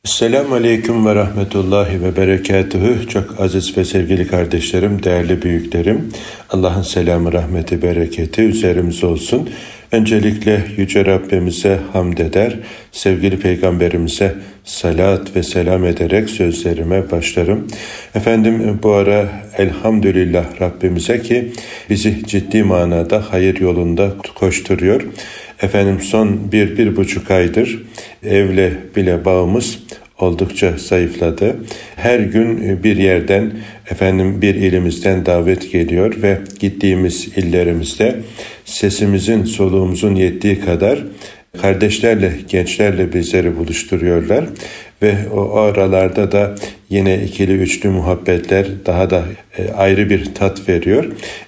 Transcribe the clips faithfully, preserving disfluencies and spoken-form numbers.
Selamun Aleyküm ve Rahmetullahi ve Berekatühü. Çok aziz ve sevgili kardeşlerim, değerli büyüklerim. Allah'ın selamı, rahmeti, bereketi üzerimize olsun. Öncelikle Yüce Rabbimize hamd eder, sevgili Peygamberimize salat ve selam ederek sözlerime başlarım. Efendim bu ara elhamdülillah Rabbimize ki bizi ciddi manada hayır yolunda koşturuyor. Efendim son bir, bir buçuk aydır evle bile bağımız oldukça zayıfladı. Her gün bir yerden, efendim bir ilimizden davet geliyor ve gittiğimiz illerimizde sesimizin, soluğumuzun yettiği kadar kardeşlerle, gençlerle bizleri buluşturuyorlar. Ve o aralarda da yine ikili üçlü muhabbetler daha da ayrı bir tat veriyor.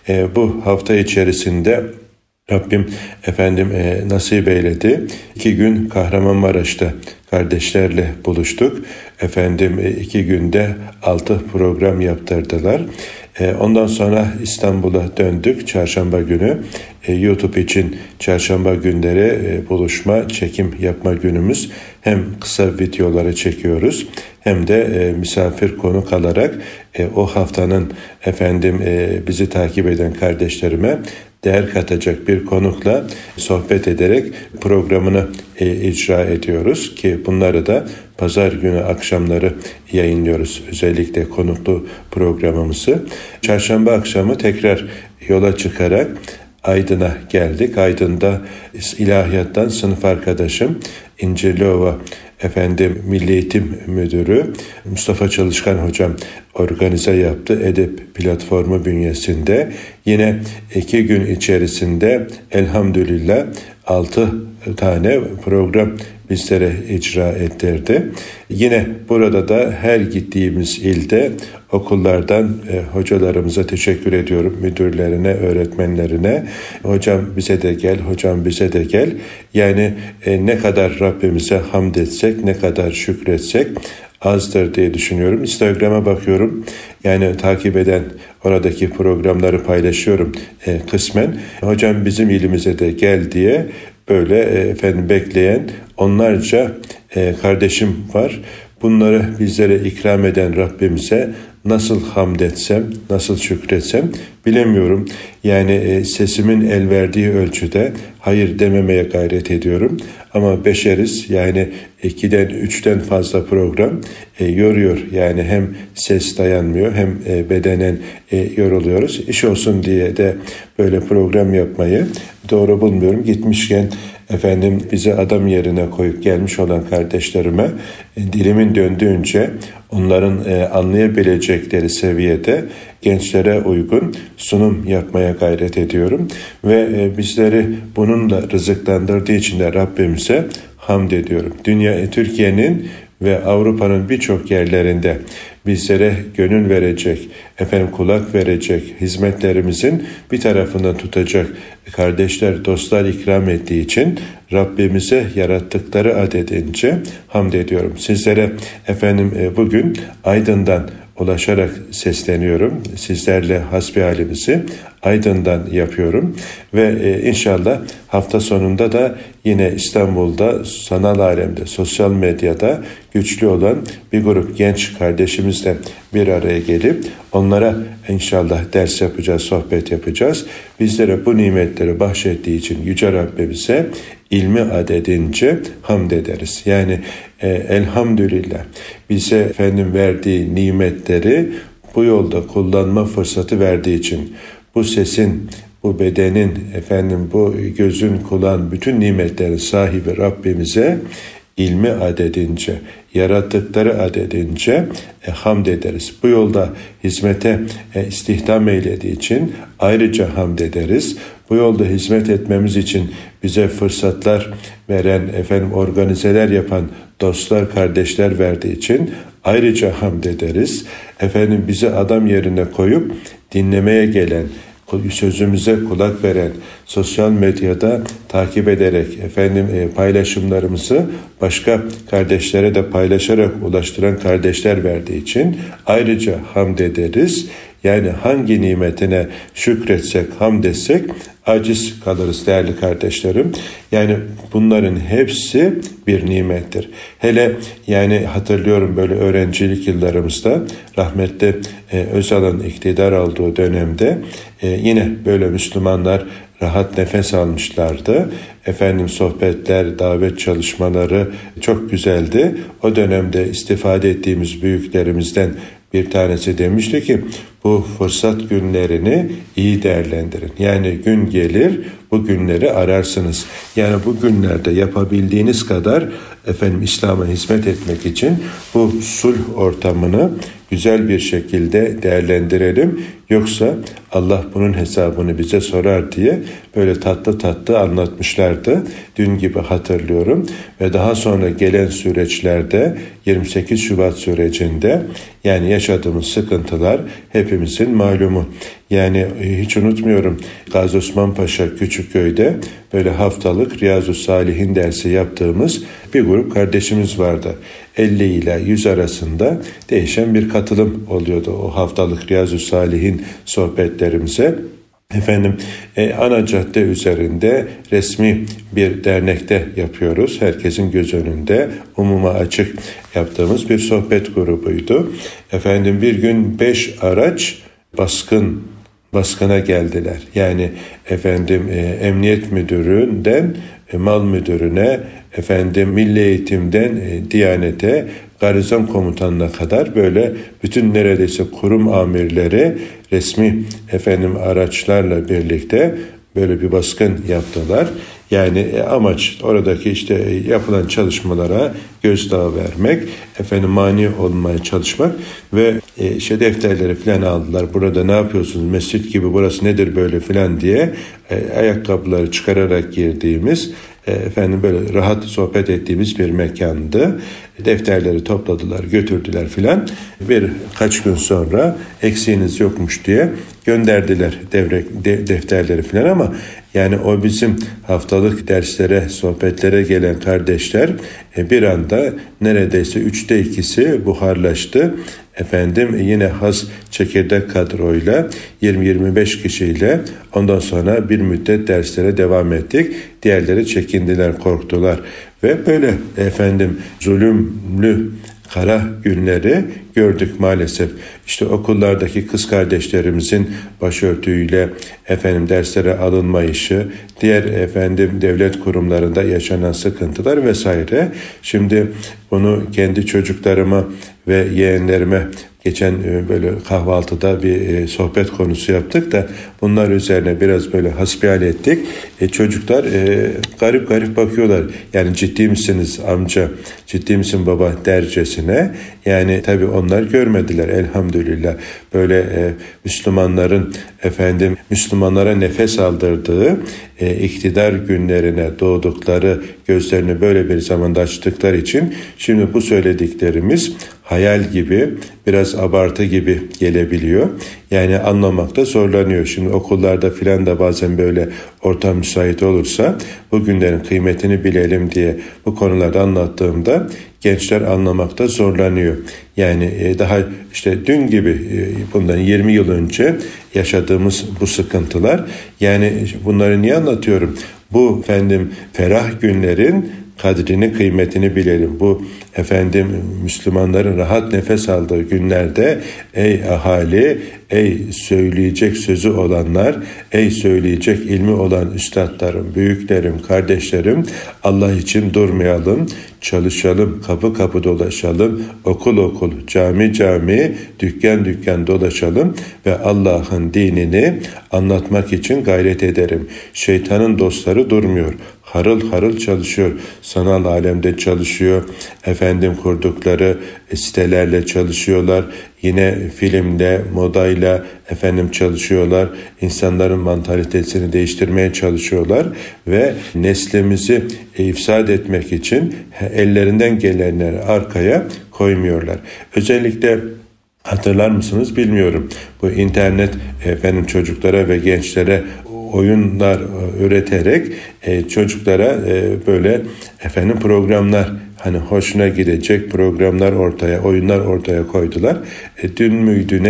Bu hafta içerisinde Rabbim efendim e, nasip eyledi. İki gün Kahramanmaraş'ta kardeşlerle buluştuk. Efendim e, iki günde altı program yaptırdılar. E, ondan sonra İstanbul'a döndük çarşamba günü. E, YouTube için çarşamba günleri e, buluşma, çekim yapma günümüz. Hem kısa videoları çekiyoruz hem de e, misafir konuk alarak e, o haftanın efendim e, bizi takip eden kardeşlerime değer katacak bir konukla sohbet ederek programını e, icra ediyoruz ki bunları da pazar günü akşamları yayınlıyoruz. Özellikle konuklu programımızı. Çarşamba akşamı tekrar yola çıkarak Aydın'a geldik. Aydın'da ilahiyattan sınıf arkadaşım İncirliova efendim Milli Eğitim Müdürü Mustafa Çalışkan hocam organize yaptı edep platformu bünyesinde. Yine iki gün içerisinde elhamdülillah altı tane program bizlere icra ettirdi. Yine burada da her gittiğimiz ilde okullardan e, hocalarımıza teşekkür ediyorum. Müdürlerine, öğretmenlerine. Hocam bize de gel, hocam bize de gel. Yani e, ne kadar Rabbimize hamd etsek, ne kadar şükretsek azdır diye düşünüyorum. Instagram'a bakıyorum. Yani takip eden oradaki programları paylaşıyorum e, kısmen. Hocam bizim ilimize de gel diye böyle e, efendim bekleyen onlarca e, kardeşim var. Bunları bizlere ikram eden Rabbimize nasıl hamd etsem, nasıl şükretsem bilemiyorum. Yani e, sesimin el verdiği ölçüde hayır dememeye gayret ediyorum. Ama beşeriz, yani ikiden üçten fazla program e, yoruyor. Yani hem ses dayanmıyor hem e, bedenen e, yoruluyoruz. İş olsun diye de böyle program yapmayı doğru bulmuyorum. Gitmişken efendim bizi adam yerine koyup gelmiş olan kardeşlerime e, dilimin döndüğünce onların e, anlayabilecekleri seviyede gençlere uygun sunum yapmaya gayret ediyorum. Ve e, bizleri bununla rızıklandırdığı için de Rabbimize hamd ediyorum. Dünya, Türkiye'nin ve Avrupa'nın birçok yerlerinde bizlere gönül verecek, efendim kulak verecek, hizmetlerimizin bir tarafından tutacak kardeşler, dostlar ikram ettiği için Rabbimize yarattıkları adedince hamd ediyorum. Sizlere efendim bugün Aydın'dan ulaşarak sesleniyorum. Sizlerle hasbihalimizi Aydın'dan yapıyorum ve inşallah hafta sonunda da yine İstanbul'da, sanal alemde, sosyal medyada güçlü olan bir grup genç kardeşimizle bir araya gelip onlara inşallah ders yapacağız, sohbet yapacağız. Bizlere bu nimetleri bahşettiği için Yüce Rabbimize ilmi adedince hamd ederiz. Yani e, elhamdülillah bize efendim verdiği nimetleri bu yolda kullanma fırsatı verdiği için, bu sesin, bu bedenin, efendim bu gözün, kulağın, bütün nimetlerin sahibi Rabbimize ilmi adedince, yarattıkları adedince e, hamd ederiz. Bu yolda hizmete e, istihdam eylediği için ayrıca hamd ederiz. Bu yolda hizmet etmemiz için bize fırsatlar veren, efendim organizeler yapan dostlar, kardeşler verdiği için ayrıca hamd ederiz. Efendim bizi adam yerine koyup dinlemeye gelen, sözümüze kulak veren, sosyal medyada takip ederek efendim paylaşımlarımızı başka kardeşlere de paylaşarak ulaştıran kardeşler verdiği için ayrıca hamd ederiz. Yani hangi nimetine şükretsek, hamd etsek aciz kalırız değerli kardeşlerim. Yani bunların hepsi bir nimettir. Hele yani hatırlıyorum böyle öğrencilik yıllarımızda rahmetli e, Özal'ın iktidar olduğu dönemde e, yine böyle Müslümanlar rahat nefes almışlardı. Efendim sohbetler, davet çalışmaları çok güzeldi. O dönemde istifade ettiğimiz büyüklerimizden bir tanesi demişti ki bu fırsat günlerini iyi değerlendirin. Yani gün gelir bu günleri ararsınız. Yani bu günlerde yapabildiğiniz kadar efendim İslam'a hizmet etmek için bu sulh ortamını güzel bir şekilde değerlendirelim. Yoksa Allah bunun hesabını bize sorar diye böyle tatlı tatlı anlatmışlardı. Dün gibi hatırlıyorum ve daha sonra gelen süreçlerde yirmi sekiz Şubat sürecinde yani yaşadığımız sıkıntılar hepimizin malumu. Yani hiç unutmuyorum Gazi Osman Paşa Küçükköy'de böyle haftalık Riyazu Salihin dersi yaptığımız bir grup kardeşimiz vardı. elli ile yüz arasında değişen bir katılım oluyordu o haftalık Riyazu Salihin sohbetlerimize. Efendim e, ana cadde üzerinde resmi bir dernekte yapıyoruz. Herkesin göz önünde umuma açık yaptığımız bir sohbet grubuydu. Efendim bir gün beş araç baskın baskına geldiler. Yani efendim e, emniyet müdüründen e, mal müdürüne, efendim milli eğitimden e, Diyanete, garizon komutanına kadar böyle bütün neredeyse kurum amirleri resmi efendim araçlarla birlikte böyle bir baskın yaptılar. Yani amaç oradaki işte yapılan çalışmalara gözdağı vermek, efendim mani olmaya çalışmak ve işte defterleri falan aldılar. Burada ne yapıyorsunuz? Mescit gibi burası nedir böyle falan diye ayakkabıları çıkararak girdiğimiz efendim böyle rahat sohbet ettiğimiz bir mekandı. Defterleri topladılar, götürdüler filan. Birkaç gün sonra eksiğiniz yokmuş diye gönderdiler devre, de, defterleri filan ama yani o bizim haftalık derslere, sohbetlere gelen kardeşler bir anda neredeyse üçte ikisi buharlaştı. Efendim yine has çekirdek kadroyla yirmi yirmi beş kişiyle ondan sonra bir müddet derslere devam ettik. Diğerleri çekindiler, korktular ve böyle efendim zulümlü kara günleri gördük maalesef. İşte okullardaki kız kardeşlerimizin başörtüyle efendim derslere alınmayışı, diğer efendim devlet kurumlarında yaşanan sıkıntılar vesaire. Şimdi bunu kendi çocuklarıma ve yeğenlerime geçen böyle kahvaltıda bir sohbet konusu yaptık da bunlar üzerine biraz böyle hasbihal ettik. E, çocuklar e, garip garip bakıyorlar. Yani ciddi misiniz amca, ciddi misin baba dercesine. Yani tabii onlar görmediler elhamdülillah. Böyle e, Müslümanların efendim Müslümanlara nefes aldırdığı e, iktidar günlerine doğdukları gözlerini böyle bir zamanda açtıkları için şimdi bu söylediklerimiz hayal gibi, biraz abartı gibi gelebiliyor. Yani anlamakta zorlanıyor. Şimdi okullarda filan da bazen böyle ortam müsait olursa bu günlerin kıymetini bilelim diye bu konularda anlattığımda gençler anlamakta zorlanıyor. Yani daha işte dün gibi bundan yirmi yıl önce yaşadığımız bu sıkıntılar. Yani bunları niye anlatıyorum? Bu efendim ferah günlerin kadrini, kıymetini bilelim. Bu efendim Müslümanların rahat nefes aldığı günlerde ey ahali, ey söyleyecek sözü olanlar, ey söyleyecek ilmi olan üstadlarım, büyüklerim, kardeşlerim, Allah için durmayalım, çalışalım, kapı kapı dolaşalım, okul okul, cami cami, dükkan dükkan dolaşalım ve Allah'ın dinini anlatmak için gayret ederim. Şeytanın dostları durmuyor. Harıl harıl çalışıyor. Sanal alemde çalışıyor. Efendim kurdukları sitelerle çalışıyorlar. Yine filmle, modayla efendim çalışıyorlar. İnsanların mantalitesini değiştirmeye çalışıyorlar ve neslimizi ifsad etmek için ellerinden gelenleri arkaya koymuyorlar. Özellikle hatırlar mısınız bilmiyorum. Bu internet efendim çocuklara ve gençlere oyunlar üreterek e, çocuklara e, böyle efendim programlar, hani hoşuna gidecek programlar ortaya, oyunlar ortaya koydular. E, dün müydü ne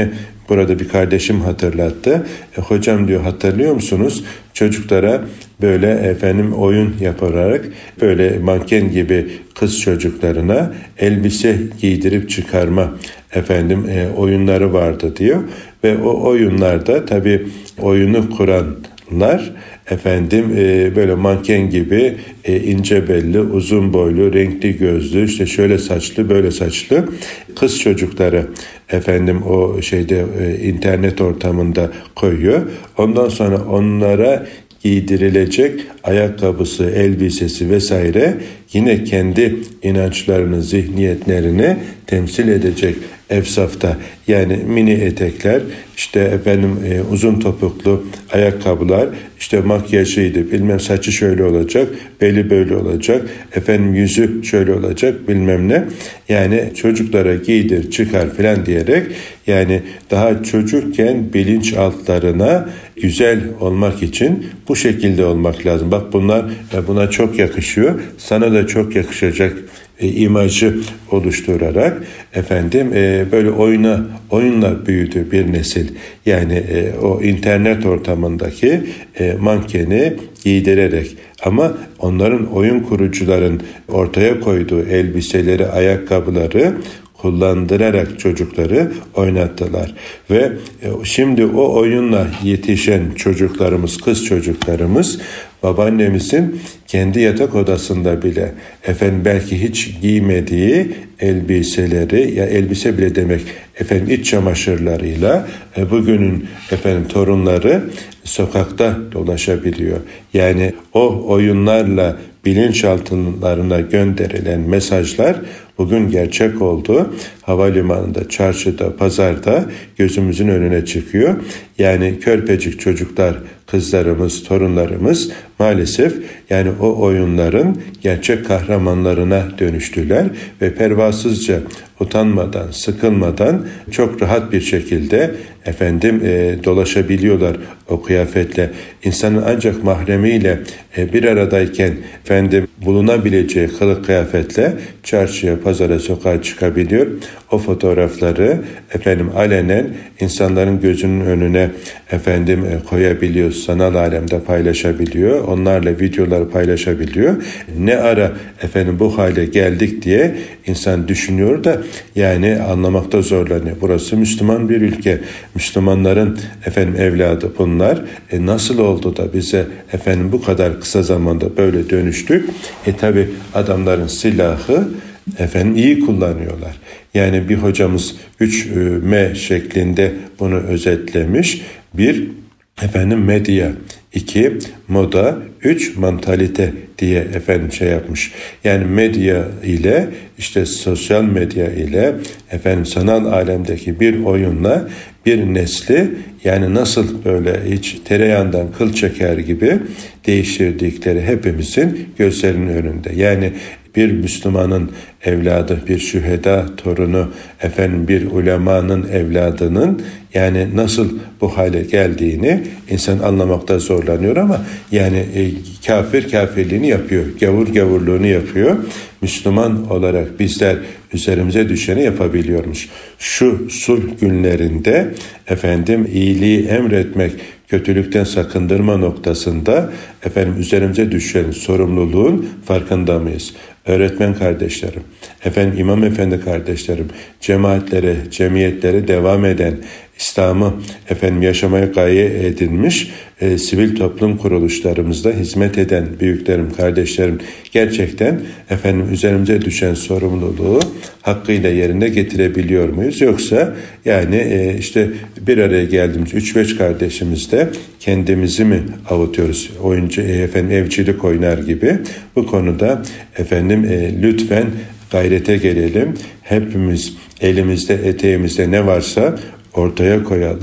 burada bir kardeşim hatırlattı. E, hocam diyor, hatırlıyor musunuz? Çocuklara böyle efendim oyun yaparak böyle manken gibi kız çocuklarına elbise giydirip çıkarma efendim e, oyunları vardı diyor. Ve o oyunlarda tabii oyunu kuranlar efendim e, böyle manken gibi e, ince belli, uzun boylu, renkli gözlü, işte şöyle saçlı, böyle saçlı kız çocukları efendim o şeyde e, internet ortamında koyuyor. Ondan sonra onlara giydirilecek ayakkabısı, elbisesi vesaire yine kendi inançlarını, zihniyetlerini temsil edecek efsafta, yani mini etekler, işte efendim e, uzun topuklu ayakkabılar, işte makyajıydı, bilmem saçı şöyle olacak, beli böyle olacak, efendim yüzü şöyle olacak, bilmem ne. Yani çocuklara giydir, çıkar filan diyerek, yani daha çocukken bilinçaltlarına güzel olmak için bu şekilde olmak lazım. Bak bunlar buna çok yakışıyor. Sana da çok yakışacak e, imajı oluşturarak efendim e, böyle oyuna oyunla büyüdü bir nesil. Yani e, o internet ortamındaki e, mankeni giydirerek, ama onların, oyun kurucuların ortaya koyduğu elbiseleri, ayakkabıları kullandırarak çocukları oynattılar. Ve şimdi o oyunla yetişen çocuklarımız, kız çocuklarımız, babaannemizin kendi yatak odasında bile efendim belki hiç giymediği elbiseleri, ya elbise bile demek efendim iç çamaşırlarıyla e, bugünün efendim torunları sokakta dolaşabiliyor. Yani o oyunlarla bilinçaltılarına gönderilen mesajlar bugün gerçek oldu. Havalimanında, çarşıda, pazarda gözümüzün önüne çıkıyor. Yani körpecik çocuklar, kızlarımız, torunlarımız maalesef yani o oyunların gerçek kahramanlarına dönüştüler ve pervasızca, utanmadan, sıkılmadan çok rahat bir şekilde efendim e, dolaşabiliyorlar o kıyafetle. İnsanın ancak mahremiyle e, bir aradayken efendim bulunabileceği kılık kıyafetle çarşıya, pazara, sokağa çıkabiliyor. O fotoğrafları efendim alenen insanların gözünün önüne efendim e, koyabiliyor, sanal alemde paylaşabiliyor. Onlarla videoları paylaşabiliyor. Ne ara efendim bu hale geldik diye insan düşünüyor da yani anlamakta zorlanıyor. Burası Müslüman bir ülke. Müslümanların efendim evladı bunlar. E nasıl oldu da bize efendim bu kadar kısa zamanda böyle dönüştük? E tabi adamların silahı efendim iyi kullanıyorlar. Yani bir hocamız üç M şeklinde bunu özetlemiş. Bir, efendim medya, iki moda, üç mantalite diye efendim şey yapmış. Yani medya ile, işte sosyal medya ile efendim sanal alemdeki bir oyunla bir nesli yani nasıl böyle hiç tereyağından kıl çeker gibi değiştirdikleri hepimizin gözlerinin önünde. Yani bir Müslümanın evladı, bir şüheda torunu, efendim bir ulemanın evladının yani nasıl bu hale geldiğini insan anlamakta zorlanıyor, ama yani e, kafir kafirliğini yapıyor, gavur gavurluğunu yapıyor. Müslüman olarak bizler üzerimize düşeni yapabiliyormuş. Şu sulh günlerinde efendim iyiliği emretmek, kötülükten sakındırma noktasında efendim üzerimize düşen sorumluluğun farkında mıyız? Öğretmen kardeşlerim, efendim imam efendi kardeşlerim, cemaatlere, cemiyetlere devam eden, İslam'ı efendim yaşamaya gaye edinmiş e, sivil toplum kuruluşlarımızda hizmet eden büyüklerim, kardeşlerim, gerçekten efendim üzerimize düşen sorumluluğu hakkıyla yerine getirebiliyor muyuz? Yoksa yani e, işte bir araya geldiğimiz üç beş kardeşimizde kendimizi mi avutuyoruz? Oyuncu e, efendim evcilik oynar gibi. Bu konuda efendim e, lütfen gayrete gelelim. Hepimiz elimizde, eteğimizde ne varsa ortaya koyalım.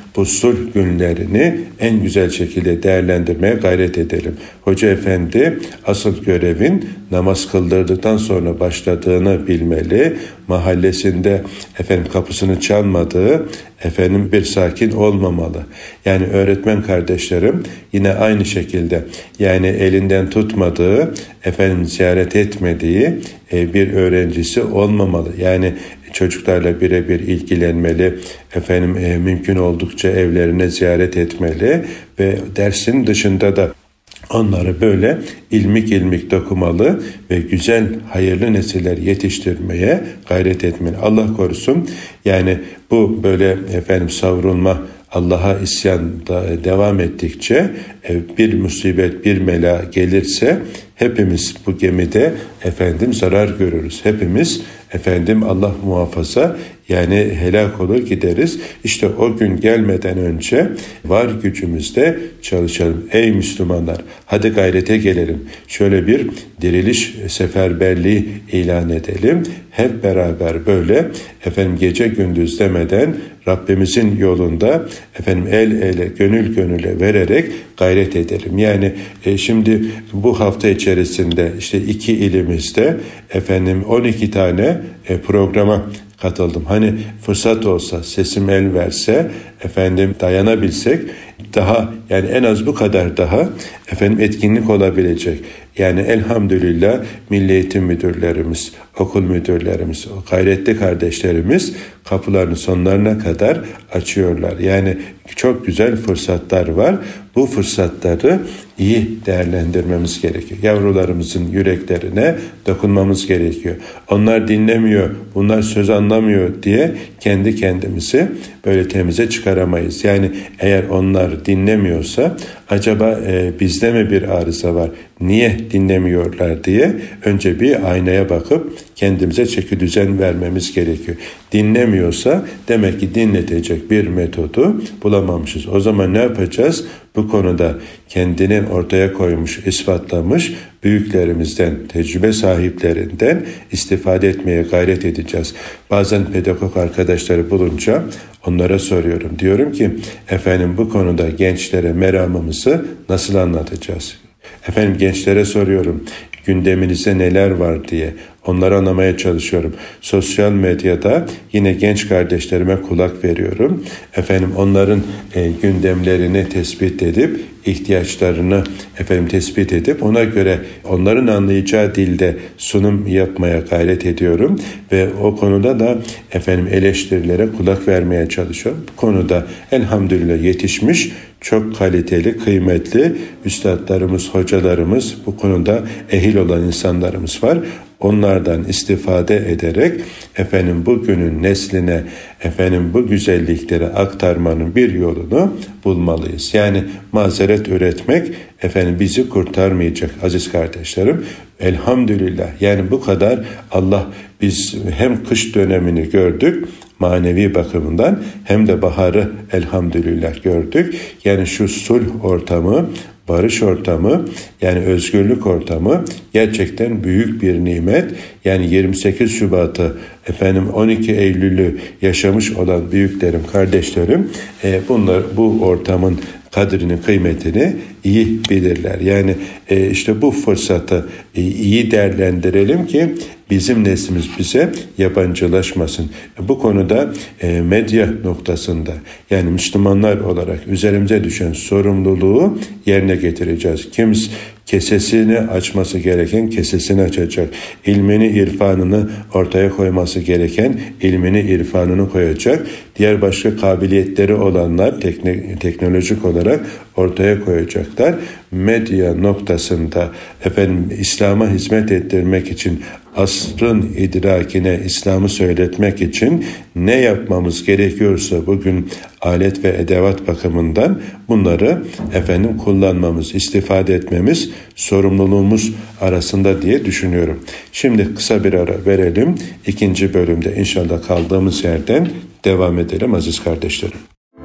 bu sulh günlerini en güzel şekilde değerlendirmeye gayret edelim. Hoca efendi asıl görevin namaz kıldırdıktan sonra başladığını bilmeli. Mahallesinde efendim kapısını çalmadığı, efendim bir sakin olmamalı. Yani öğretmen kardeşlerim yine aynı şekilde, yani elinden tutmadığı, efendim ziyaret etmediği e, bir öğrencisi olmamalı. Yani çocuklarla birebir ilgilenmeli, efendim e, mümkün oldukça evlerine ziyaret etmeli ve dersin dışında da onları böyle ilmik ilmik dokumalı ve güzel, hayırlı nesiller yetiştirmeye gayret etmeli. Allah korusun, yani bu böyle efendim savrulma, Allah'a isyanda devam ettikçe bir musibet, bir bela gelirse hepimiz bu gemide efendim zarar görürüz. Hepimiz efendim Allah muhafaza yani helak olur gideriz. İşte o gün gelmeden önce var gücümüzde çalışalım. Ey Müslümanlar, hadi gayrete gelelim. Şöyle bir diriliş seferberliği ilan edelim. Hep beraber böyle efendim gece gündüz demeden Rabbimizin yolunda efendim el ele, gönül gönüle vererek gayret edelim. Yani e, şimdi bu hafta içerisinde işte iki ilimizde efendim on iki tane e, programa katıldım. Hani fırsat olsa, sesim el verse, efendim dayanabilsek daha, yani en az bu kadar daha efendim etkinlik olabilecek. Yani elhamdülillah Milli Eğitim Müdürlerimiz, okul müdürlerimiz, o gayretli kardeşlerimiz kapılarını sonlarına kadar açıyorlar. Yani çok güzel fırsatlar var. Bu fırsatları iyi değerlendirmemiz gerekiyor. Yavrularımızın yüreklerine dokunmamız gerekiyor. Onlar dinlemiyor, bunlar söz anlamıyor diye kendi kendimizi böyle temize çıkaramayız. Yani eğer onlar dinlemiyorsa acaba e, bizde mi bir arıza var? Niye dinlemiyorlar diye önce bir aynaya bakıp kendimize çeki düzen vermemiz gerekiyor. Dinlemiyorsa demek ki dinletecek bir metodu bulamamışız. O zaman ne yapacağız? Bu konuda kendini ortaya koymuş, ispatlamış büyüklerimizden, tecrübe sahiplerinden istifade etmeye gayret edeceğiz. Bazen pedagog arkadaşları bulunca onlara soruyorum. Diyorum ki efendim bu konuda gençlere meramımızı nasıl anlatacağız? Efendim gençlere soruyorum, gündeminizde neler var diye. Onları anlamaya çalışıyorum. Sosyal medyada yine genç kardeşlerime kulak veriyorum. Efendim onların e, gündemlerini tespit edip, ihtiyaçlarını efendim tespit edip ona göre onların anlayacağı dilde sunum yapmaya gayret ediyorum ve o konuda da efendim eleştirilere kulak vermeye çalışıyorum. Bu konuda elhamdülillah yetişmiş çok kaliteli, kıymetli üstadlarımız, hocalarımız, bu konuda ehil olan insanlarımız var. Onlardan istifade ederek efendim bugünün nesline efendim bu güzellikleri aktarmanın bir yolunu bulmalıyız. Yani mazeret üretmek efendim bizi kurtarmayacak aziz kardeşlerim. Elhamdülillah, yani bu kadar Allah, biz hem kış dönemini gördük manevi bakımından hem de baharı elhamdülillah gördük. Yani şu sulh ortamı, barış ortamı, yani özgürlük ortamı gerçekten büyük bir nimet. Yani yirmi sekiz Şubat'ı efendim on iki Eylül'ü yaşamış olan büyüklerim, kardeşlerim e, bunlar bu ortamın kadrini, kıymetini iyi bilirler. Yani e, işte bu fırsatı e, iyi değerlendirelim ki bizim neslimiz bize yabancılaşmasın. Bu konuda e, medya noktasında, yani Müslümanlar olarak üzerimize düşen sorumluluğu yerine getireceğiz. Kimse kesesini açması gereken kesesini açacak. İlmini, irfanını ortaya koyması gereken ilmini, irfanını koyacak. Diğer başka kabiliyetleri olanlar tekne, teknolojik olarak ortaya koyacaklar. Medya noktasında efendim İslam'a hizmet ettirmek için, asrın idrakine İslam'ı söyletmek için ne yapmamız gerekiyorsa bugün alet ve edevat bakımından bunları efendim kullanmamız, istifade etmemiz sorumluluğumuz arasında diye düşünüyorum. Şimdi kısa bir ara verelim. İkinci bölümde inşallah kaldığımız yerden devam edelim aziz kardeşlerim.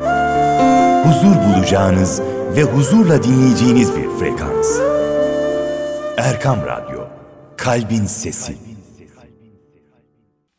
Huzur bulacağınız ve huzurla dinleyeceğiniz bir frekans. Erkam Radyo, Kalbin Sesi.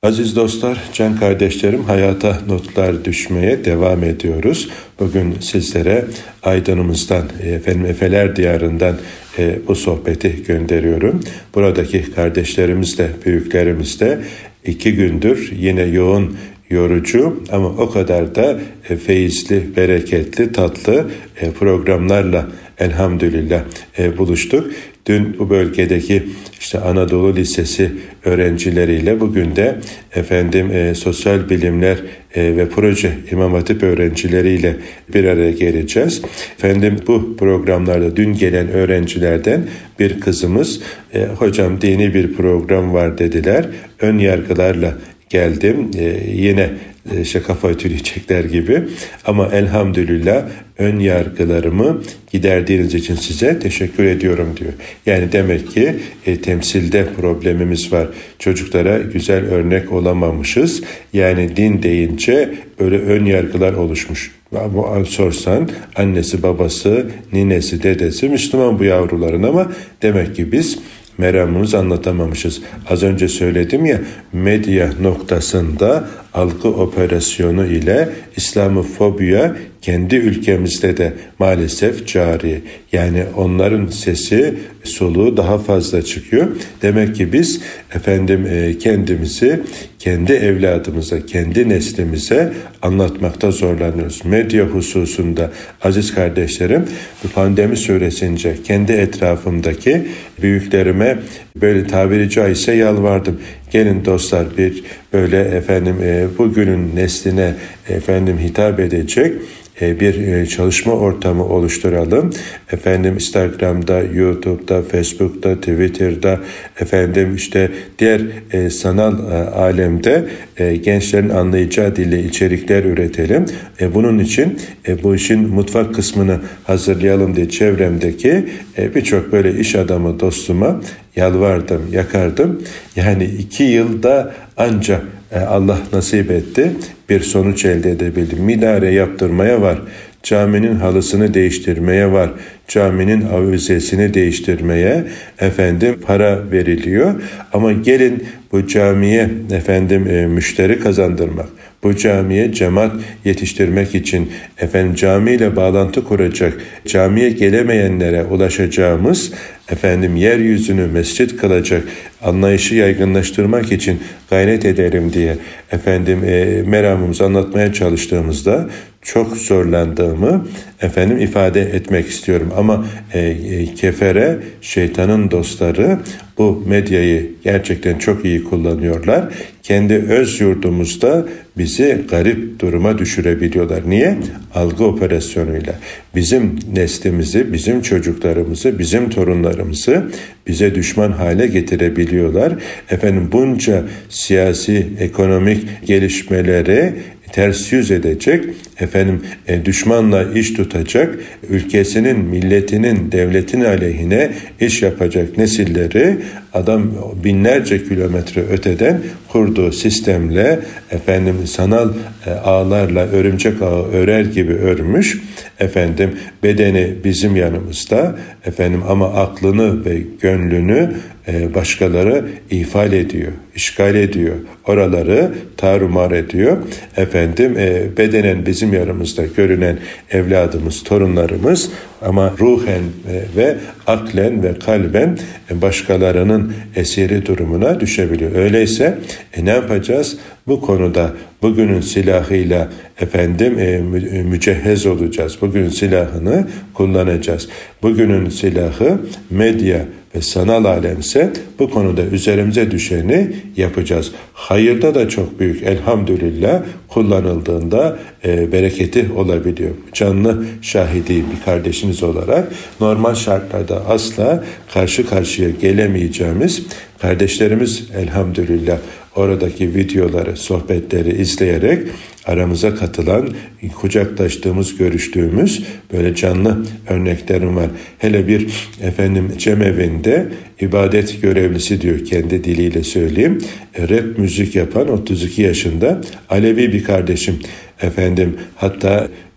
Aziz dostlar, can kardeşlerim, hayata notlar düşmeye devam ediyoruz. Bugün sizlere Aydın'ımızdan, efendim Efeler Diyarı'ndan e, bu sohbeti gönderiyorum. Buradaki kardeşlerimiz de, büyüklerimiz de iki gündür yine yoğun, yorucu ama o kadar da e, feyizli, bereketli, tatlı e, programlarla elhamdülillah e, buluştuk. Dün bu bölgedeki işte Anadolu Lisesi öğrencileriyle, bugün de efendim e, sosyal bilimler e, ve proje İmam Hatip öğrencileriyle bir araya geleceğiz. Efendim bu programlarda dün gelen öğrencilerden bir kızımız e, hocam dini bir program var dediler. Ön yargılarla geldim. Ee, yine işte kafa ütüleyecekler gibi. Ama elhamdülillah ön yargılarımı giderdiğiniz için size teşekkür ediyorum diyor. Yani demek ki e, temsilde problemimiz var. Çocuklara güzel örnek olamamışız. Yani din deyince böyle ön yargılar oluşmuş. Ama sorsan annesi, babası, ninesi, dedesi Müslüman bu yavruların ama demek ki biz meramımızı anlatamamışız. Az önce söyledim ya, medya noktasında algı operasyonu ile İslamofobiya kendi ülkemizde de maalesef cari. Yani onların sesi, soluğu daha fazla çıkıyor. Demek ki biz efendim kendimizi kendi evladımıza, kendi neslimize anlatmakta zorlanıyoruz. Medya hususunda aziz kardeşlerim, bu pandemi süresince kendi etrafımdaki büyüklerime böyle tabiri caizse yalvardım. Gelin dostlar, bir böyle efendim e, bugünün nesline efendim hitap edecek e, bir e, çalışma ortamı oluşturalım. Efendim Instagram'da, YouTube'da, Facebook'ta, Twitter'da, efendim işte diğer e, sanal e, alemde e, gençlerin anlayacağı dille içerikler üretelim. E, bunun için e, bu işin mutfak kısmını hazırlayalım diye çevremdeki e, birçok böyle iş adamı dostuma yalvardım, yakardım. Yani iki yılda ancak Allah nasip etti, bir sonuç elde edebildim. Minare yaptırmaya var, caminin halısını değiştirmeye var, caminin avizesini değiştirmeye efendim para veriliyor. Ama gelin bu camiye efendim e, müşteri kazandırmak, bu camiye cemaat yetiştirmek için efendim camiyle bağlantı kuracak, camiye gelemeyenlere ulaşacağımız efendim yeryüzünü mescit kılacak anlayışı yaygınlaştırmak için gayret ederim diye efendim e, meramımızı anlatmaya çalıştığımızda çok zorlandığımı efendim ifade etmek istiyorum. Ama e, e, kefere, şeytanın dostları bu medyayı gerçekten çok iyi kullanıyorlar. Kendi öz yurdumuzda bizi garip duruma düşürebiliyorlar. Niye? Algı operasyonuyla. Bizim neslimizi, bizim çocuklarımızı, bizim torunlarımızı bize düşman hale getirebiliyorlar. Efendim bunca siyasi, ekonomik gelişmeleri ters yüz edecek, efendim e, düşmanla iş tutacak, ülkesinin, milletinin, devletin aleyhine iş yapacak nesilleri adam binlerce kilometre öteden kurduğu sistemle efendim sanal e, ağlarla örümcek ağı örer gibi örmüş. Efendim bedeni bizim yanımızda, efendim ama aklını ve gönlünü e, başkaları ifade ediyor, işgal ediyor. Oraları tarumar ediyor. Efendim e, bedenen bizim yanımızda görünen evladımız, torunlarımız ama ruhen e, ve aklen ve kalben e, başkalarının esiri durumuna düşebiliyor. Öyleyse e, ne yapacağız? Bu konuda bugünün silahıyla efendim e, mü, mücehhez olacağız. Bugünün silahını kullanacağız. Bugünün silahı medya ve sanal alemse bu konuda üzerimize düşeni yapacağız. Hayırda da çok büyük elhamdülillah kullanıldığında e, bereketi olabiliyor. Canlı şahidi bir kardeşiniz olarak normal şartlarda asla karşı karşıya gelemeyeceğimiz kardeşlerimiz elhamdülillah oradaki videoları, sohbetleri izleyerek aramıza katılan, kucaklaştığımız, görüştüğümüz böyle canlı örneklerim var. Hele bir efendim cemevinde ibadet görevlisi diyor, kendi diliyle söyleyeyim. Rap müzik yapan otuz iki yaşında Alevi bir kardeşim. Efendim hatta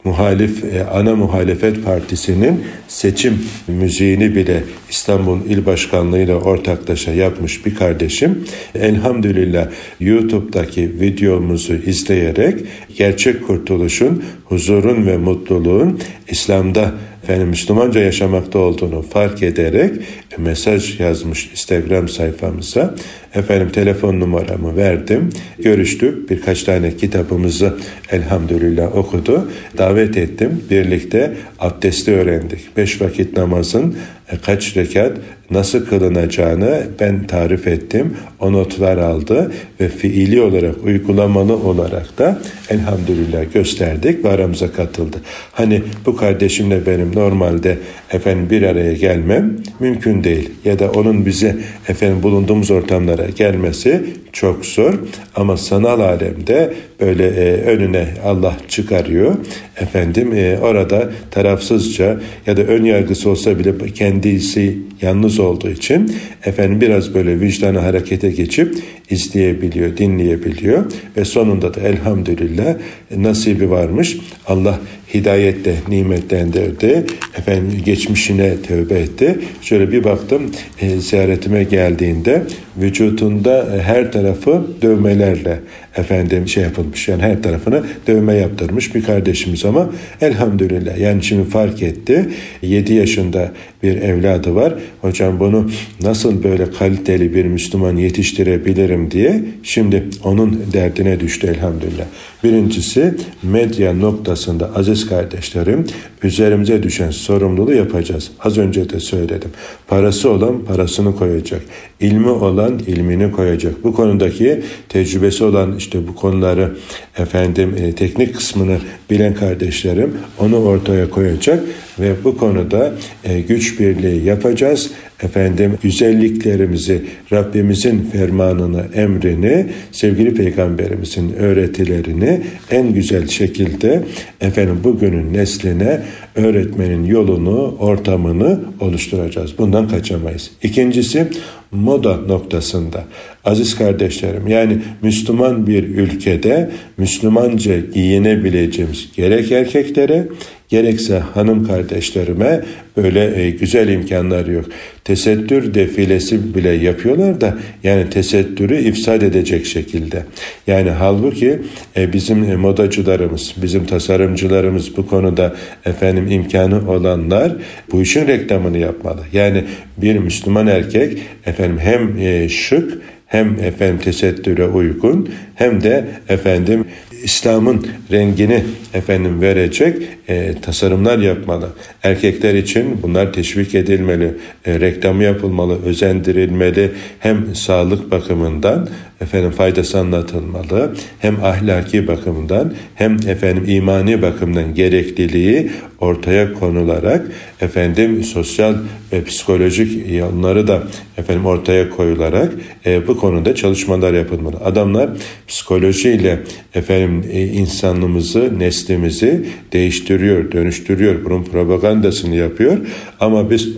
muhalif e, ana muhalefet partisinin seçim müziğini bile İstanbul İl Başkanlığı ile ortaklaşa yapmış bir kardeşim elhamdülillah YouTube'daki videomuzu izleyerek gerçek kurtuluşun, huzurun ve mutluluğun İslam'da efendim Müslümanca yaşamakta olduğunu fark ederek mesaj yazmış Instagram sayfamıza. Efendim telefon numaramı verdim. Görüştük. Birkaç tane kitabımızı elhamdülillah okudu. Davet ettim. Birlikte abdesti öğrendik. Beş vakit namazın kaç rekat nasıl kılınacağını ben tarif ettim. O notlar aldı ve fiili olarak, uygulamalı olarak da elhamdülillah gösterdik ve aramıza katıldı. Hani bu kardeşimle benim normalde efendim bir araya gelmem mümkün değil. Ya da onun bize efendim bulunduğumuz ortamlara gelmesi çok zor. Ama sanal alemde böyle e, önüne Allah çıkarıyor. Efendim e, orada tarafsızca ya da ön yargısı olsa bile kendisi yalnız olduğu için efendim biraz böyle vicdanı harekete geçip izleyebiliyor, dinleyebiliyor ve sonunda da elhamdülillah nasibi varmış. Allah hidayetle nimetlendirdi. Efendim geçmişine tövbe etti. Şöyle bir baktım e, ziyaretime geldiğinde vücudunda e, her tarafı dövmelerle efendim şey yapılmış. Yani her tarafına dövme yaptırmış bir kardeşimiz ama elhamdülillah. Yani şimdi fark etti. yedi yaşında bir evladı var. Hocam bunu nasıl böyle kaliteli bir Müslüman yetiştirebilirim diye şimdi onun derdine düştü elhamdülillah. Birincisi medya noktasında aziz kardeşlerim üzerimize düşen sorumluluğu yapacağız. Az önce de söyledim. Parası olan parasını koyacak. İlmi olan ilmini koyacak. Bu konudaki tecrübesi olan işte bu konuları efendim e, teknik kısmını bilen kardeşlerim onu ortaya koyacak ve bu konuda e, güç birliği yapacağız. Efendim güzelliklerimizi, Rabbimizin fermanını, emrini, sevgili Peygamberimizin öğretilerini en güzel şekilde efendim bugünün nesline öğretmenin yolunu, ortamını oluşturacağız. Bundan kaçamayız. İkincisi moda noktasında. Aziz kardeşlerim, yani Müslüman bir ülkede Müslümanca giyinebileceğimiz gerek erkeklere gerekse hanım kardeşlerime böyle e, güzel imkanlar yok. Tesettür defilesi bile yapıyorlar da yani tesettürü ifsad edecek şekilde. Yani halbuki e, bizim e, modacılarımız, bizim tasarımcılarımız bu konuda efendim imkanı olanlar bu işin reklamını yapmalı. Yani bir Müslüman erkek efendim hem e, şık hem efendim tesettüre uygun hem de efendim İslam'ın rengini efendim verecek e, tasarımlar yapmalı. Erkekler için bunlar teşvik edilmeli, e, reklamı yapılmalı, özendirilmeli. Hem sağlık bakımından efendim faydası anlatılmalı, hem ahlaki bakımdan hem efendim imani bakımdan gerekliliği ortaya konularak efendim sosyal ve psikolojik yanları da efendim ortaya koyularak e, bu konuda çalışmalar yapılmalı. Adamlar psikolojiyle efendim e, insanlığımızı, neslimizi değiştiriyor, dönüştürüyor. Bunun propagandasını yapıyor. Ama biz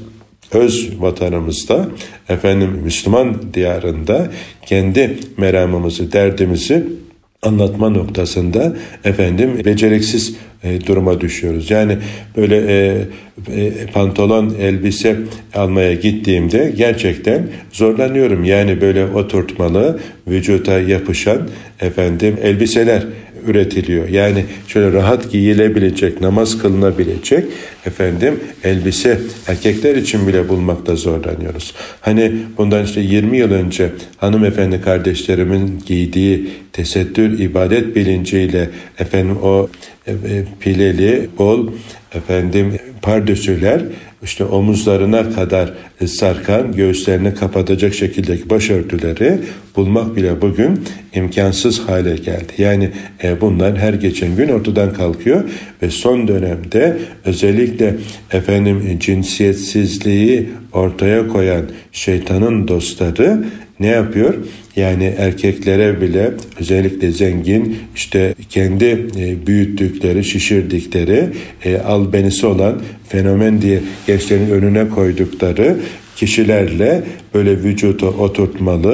öz vatanımızda efendim Müslüman diyarında kendi meramımızı, derdimizi anlatma noktasında efendim beceriksiz e, duruma düşüyoruz. Yani böyle e, e, pantolon, elbise almaya gittiğimde gerçekten zorlanıyorum. Yani böyle oturtmalı, vücuda yapışan efendim elbiseler üretiliyor. Yani şöyle rahat giyilebilecek, namaz kılınabilecek efendim elbise erkekler için bile bulmakta zorlanıyoruz. Hani bundan işte yirmi yıl önce hanımefendi kardeşlerimin giydiği tesettür ibadet bilinciyle efendim o e, pileli, bol efendim pardösüler işte omuzlarına kadar sarkan, göğüslerini kapatacak şekildeki başörtüleri bulmak bile bugün imkansız hale geldi. Yani e, bunlar her geçen gün ortadan kalkıyor ve son dönemde özellikle efendim cinsiyetsizliği ortaya koyan şeytanın dostları ne yapıyor? Yani erkeklere bile özellikle zengin işte kendi e, büyüttükleri, şişirdikleri e, albenisi olan fenomen diye gençlerin önüne koydukları kişilerle böyle vücudu oturtmalı,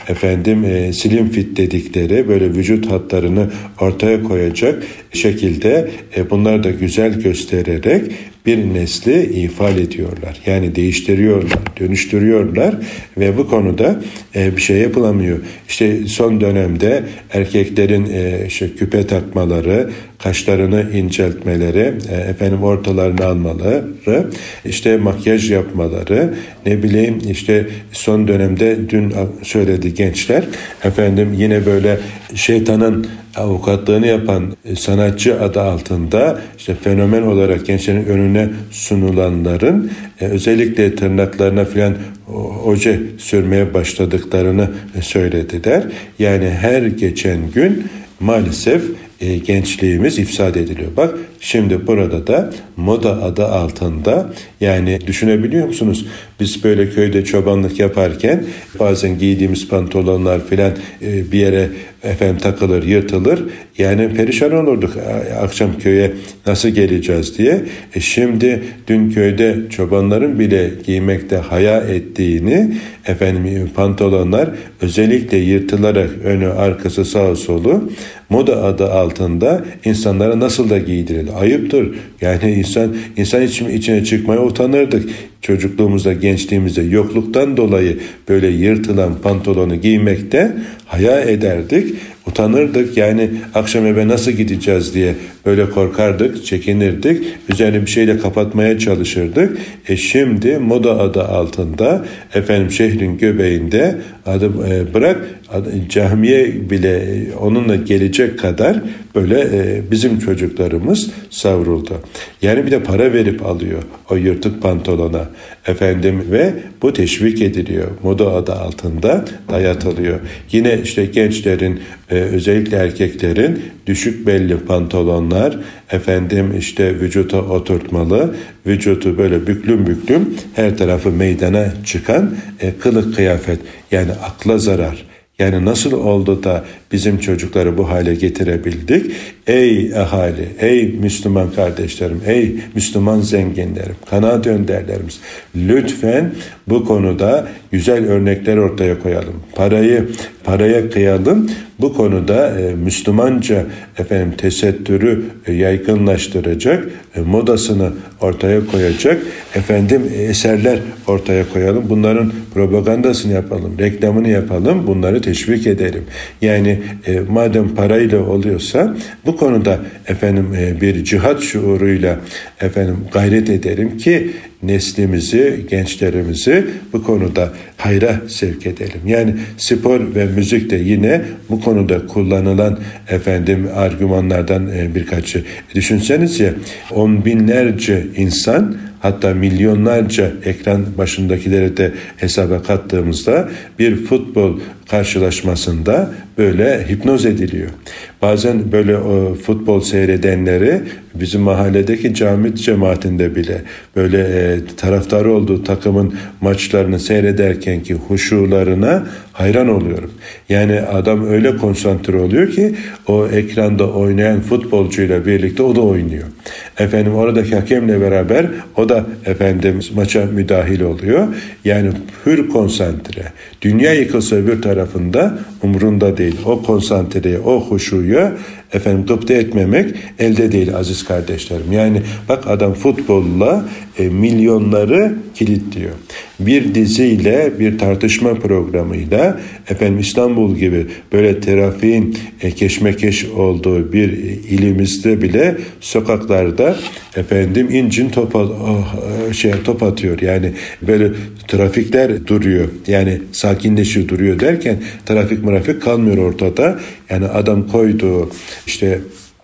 efendim e, slim fit dedikleri böyle vücut hatlarını ortaya koyacak şekilde e, bunları da güzel göstererek bir nesli ifade ediyorlar. Yani değiştiriyorlar, dönüştürüyorlar ve bu konuda e, bir şey yapılamıyor. İşte son dönemde erkeklerin e, işte küpe takmaları, kaşlarını inceltmeleri, e, efendim ortalarını almaları, işte makyaj yapmaları, ne bileyim işte son dönemde dün söyledi gençler, efendim yine böyle şeytanın avukatlığını yapan sanatçı adı altında işte fenomen olarak gençlerin önüne sunulanların e, özellikle tırnaklarına filan oje sürmeye başladıklarını söylediler. Yani her geçen gün maalesef e, gençliğimiz ifsad ediliyor. Bak şimdi burada da moda adı altında, yani düşünebiliyor musunuz? Biz böyle köyde çobanlık yaparken bazen giydiğimiz pantolonlar filan e, bir yere efendim takılır, yırtılır. Yani perişan olurduk. Akşam köye nasıl geleceğiz diye. E şimdi dün köyde çobanların bile giymekte haya ettiğini, efendim pantolonlar özellikle yırtılarak önü, arkası, sağı, solu moda adı altında insanlara nasıl da giydirilir. Ayıptır. Yani insan insan içine çıkmaya utanırdık. Çocukluğumuzda, gençliğimizde yokluktan dolayı böyle yırtılan pantolonu giymekte haya ederdik, utanırdık. Yani akşam eve nasıl gideceğiz diye böyle korkardık, çekinirdik. Üzerine bir şeyle kapatmaya çalışırdık. E şimdi moda adı altında efendim şehrin göbeğinde adı e, bırak adı, camiye bile e, onunla gelecek kadar böyle e, bizim çocuklarımız savruldu. Yani bir de para verip alıyor o yırtık pantolona efendim ve bu teşvik ediliyor. Moda adı altında dayatılıyor. Yine işte gençlerin e, özellikle erkeklerin düşük belli pantolonlar, efendim işte vücuta oturtmalı, vücutu böyle büklüm büklüm her tarafı meydana çıkan e, kılık kıyafet, yani akla zarar. Yani nasıl oldu da bizim çocukları bu hale getirebildik? Ey ahali, ey Müslüman kardeşlerim, ey Müslüman zenginlerim, kanaat önderlerimiz, lütfen bu konuda güzel örnekler ortaya koyalım. Parayı paraya kıyalım. Bu konuda e, Müslümanca efendim tesettürü e, yaygınlaştıracak, e, modasını ortaya koyacak efendim e, eserler ortaya koyalım. Bunların propagandasını yapalım, reklamını yapalım, bunları teşvik edelim. Yani e, madem parayla oluyorsa bu konuda efendim e, bir cihat şuuruyla efendim gayret edelim ki neslimizi, gençlerimizi bu konuda hayra sevk edelim. Yani spor ve müzik de yine bu konuda kullanılan efendim argümanlardan birkaçı. Düşünsenize on binlerce insan, hatta milyonlarca ekran başındakileri de hesaba kattığımızda bir futbol karşılaşmasında böyle hipnoz ediliyor. Bazen böyle o futbol seyredenleri bizim mahalledeki cami cemaatinde bile böyle e, taraftarı olduğu takımın maçlarını seyrederken ki huşularına hayran oluyorum. Yani adam öyle konsantre oluyor ki o ekranda oynayan futbolcuyla birlikte o da oynuyor. Efendim oradaki hakemle beraber o da efendim maça müdahil oluyor. Yani hür konsantre. Dünya yıkılsa öbür tarafında umrunda değil. O konsantreye, o huşuya efendim gıpta etmemek elde değil aziz kardeşlerim. Yani bak adam futbolla e, milyonları kilitliyor. Bir diziyle, bir tartışma programıyla efendim İstanbul gibi böyle trafiğin e, keşmekeş olduğu bir ilimizde bile sokaklarda efendim incin top, oh, şey, top atıyor. Yani böyle trafikler duruyor. Yani sakinleşiyor, duruyor derken trafik mırafik kalmıyor ortada. Yani adam koyduğu işte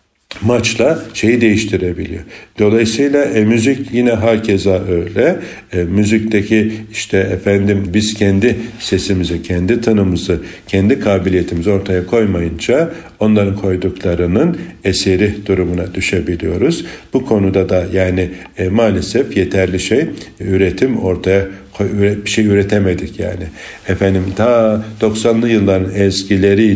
maçla şeyi değiştirebiliyor. Dolayısıyla e, müzik yine hakeza öyle. E, müzikteki işte efendim biz kendi sesimizi, kendi tınımızı, kendi kabiliyetimizi ortaya koymayınca onların koyduklarının eseri durumuna düşebiliyoruz. Bu konuda da yani e, maalesef yeterli şey üretim ortaya bir şey üretemedik yani. Efendim ta doksanlı yılların ezgileriyle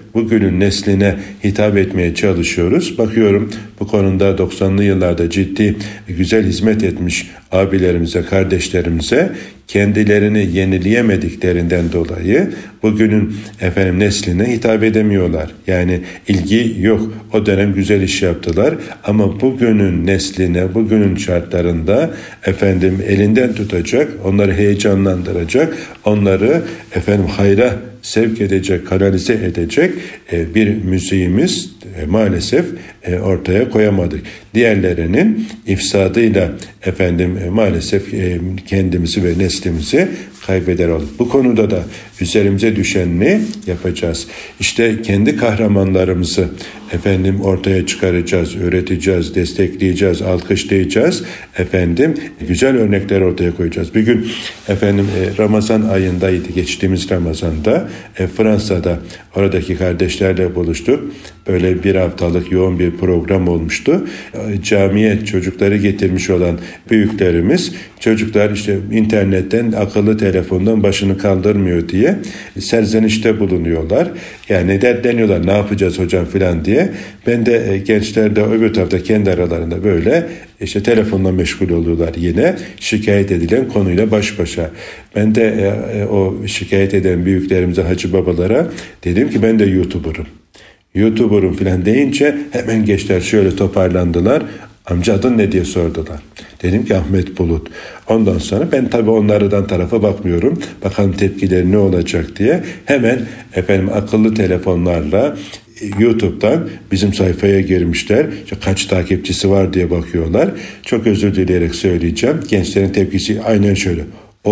bugünün nesline hitap etmeye çalışıyoruz. Bakıyorum bu konuda doksanlı yıllarda ciddi güzel hizmet etmiş abilerimize, kardeşlerimize kendilerini yenileyemediklerinden dolayı bugünün efendim nesline hitap edemiyorlar. Yani ilgi yok. O dönem güzel iş yaptılar ama bugünün nesline, bugünün şartlarında efendim elinden tutacak, onları heyecanlandıracak, onları efendim hayra sevk edecek, kanalize edecek e, bir müziğimiz e, maalesef e, ortaya koyamadık. Diğerlerinin ifsadıyla efendim e, maalesef e, kendimizi ve neslimizi kaybeder olduk. Bu konuda da üzerimize düşen ne yapacağız? İşte kendi kahramanlarımızı efendim ortaya çıkaracağız, öğreteceğiz, destekleyeceğiz, alkışlayacağız. Efendim güzel örnekler ortaya koyacağız. Bir gün efendim e, Ramazan ayındaydı, geçtiğimiz Ramazan'da e, Fransa'da oradaki kardeşlerle buluştuk. Böyle bir haftalık yoğun bir program olmuştu. E, camiye çocukları getirmiş olan büyüklerimiz, çocuklar işte internetten, akıllı telefondan başını kaldırmıyor diye serzenişte bulunuyorlar. Yani dertleniyorlar, ne yapacağız hocam filan diye. Ben de e, gençler de öbür tarafta kendi aralarında böyle işte telefonla meşgul oluyorlar yine. Şikayet edilen konuyla baş başa. Ben de e, e, o şikayet eden büyüklerimize, hacı babalara dedim ki ben de YouTuber'ım. YouTuber'ım filan deyince hemen gençler şöyle toparlandılar. Amca adın ne diye sordular. Dedim ki Ahmet Bulut. Ondan sonra ben tabii onlardan tarafa bakmıyorum. Bakalım tepkileri ne olacak diye. Hemen efendim akıllı telefonlarla YouTube'dan bizim sayfaya girmişler. İşte kaç takipçisi var diye bakıyorlar. Çok özür dileyerek söyleyeceğim. Gençlerin tepkisi aynen şöyle.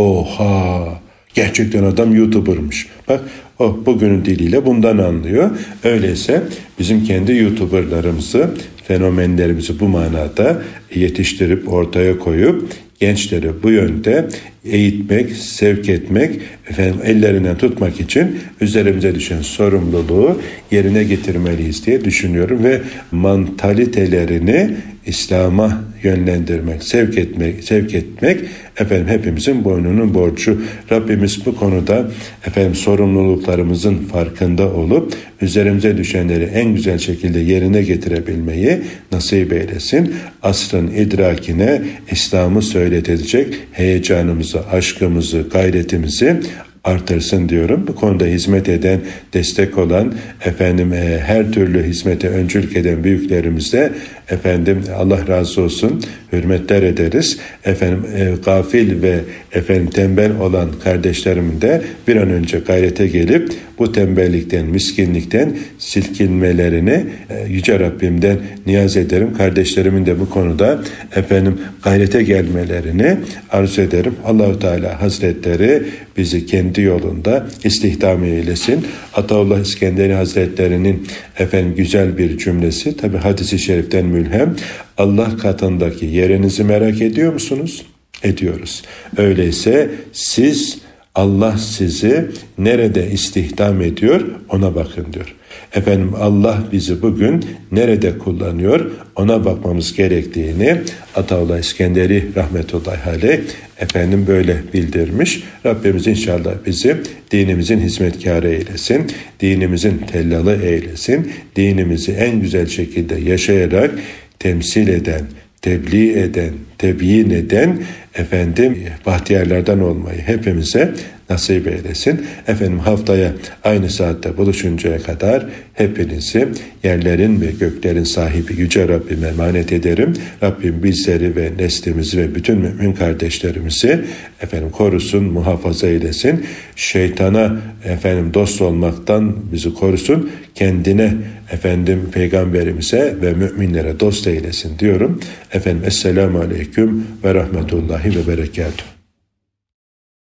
Oha! Gerçekten adam YouTuber'mış. Bak o bugünün diliyle bundan anlıyor. Öyleyse bizim kendi YouTuber'larımızı, fenomenlerimizi bu manada yetiştirip ortaya koyup gençleri bu yönde eğitmek, sevk etmek, efendim ellerinden tutmak için üzerimize düşen sorumluluğu yerine getirmeliyiz diye düşünüyorum ve mantalitelerini İslam'a yönlendirmek, sevk etmek, sevk etmek efendim hepimizin boynunun borcu. Rabbimiz bu konuda efendim sorumluluklarımızın farkında olup üzerimize düşenleri en güzel şekilde yerine getirebilmeyi nasip eylesin. Asrın idrakine İslam'ı söyletecek heyecanımızı, aşkımızı, gayretimizi artırsın diyorum. Bu konuda hizmet eden, destek olan, efendim e, her türlü hizmete öncülük eden büyüklerimize efendim Allah razı olsun, hürmetler ederiz. Efendim e, gafil ve efendim tembel olan kardeşlerimin de bir an önce gayrete gelip bu tembellikten, miskinlikten silkinmelerini e, Yüce Rabbimden niyaz ederim. Kardeşlerimin de bu konuda efendim gayrete gelmelerini arzu ederim. Allahu Teala Hazretleri bizi kendi yolunda istihdam eylesin. Ataullah İskenderi Hazretleri'nin efendim güzel bir cümlesi, tabi hadis-i şeriften mülhem. Allah katındaki yerinizi merak ediyor musunuz? Ediyoruz. Öyleyse siz, Allah sizi nerede istihdam ediyor ona bakın diyor. Efendim Allah bizi bugün nerede kullanıyor ona bakmamız gerektiğini Ataullah İskenderi rahmetullahi aleyh efendim böyle bildirmiş. Rabbimiz inşallah bizi dinimizin hizmetkarı eylesin, dinimizin tellalı eylesin, dinimizi en güzel şekilde yaşayarak temsil eden, tebliğ eden, tebyin eden efendim bahtiyarlardan olmayı hepimize nasip eylesin. Efendim haftaya aynı saatte buluşuncaya kadar hepinizi yerlerin ve göklerin sahibi Yüce Rabbime emanet ederim. Rabbim bizleri ve neslimizi ve bütün mümin kardeşlerimizi efendim korusun, muhafaza eylesin. Şeytana efendim dost olmaktan bizi korusun. Kendine efendim peygamberimize ve müminlere dost eylesin diyorum. Efendim Esselamu Aleyküm ve Rahmetullahi ve Berekatuhu.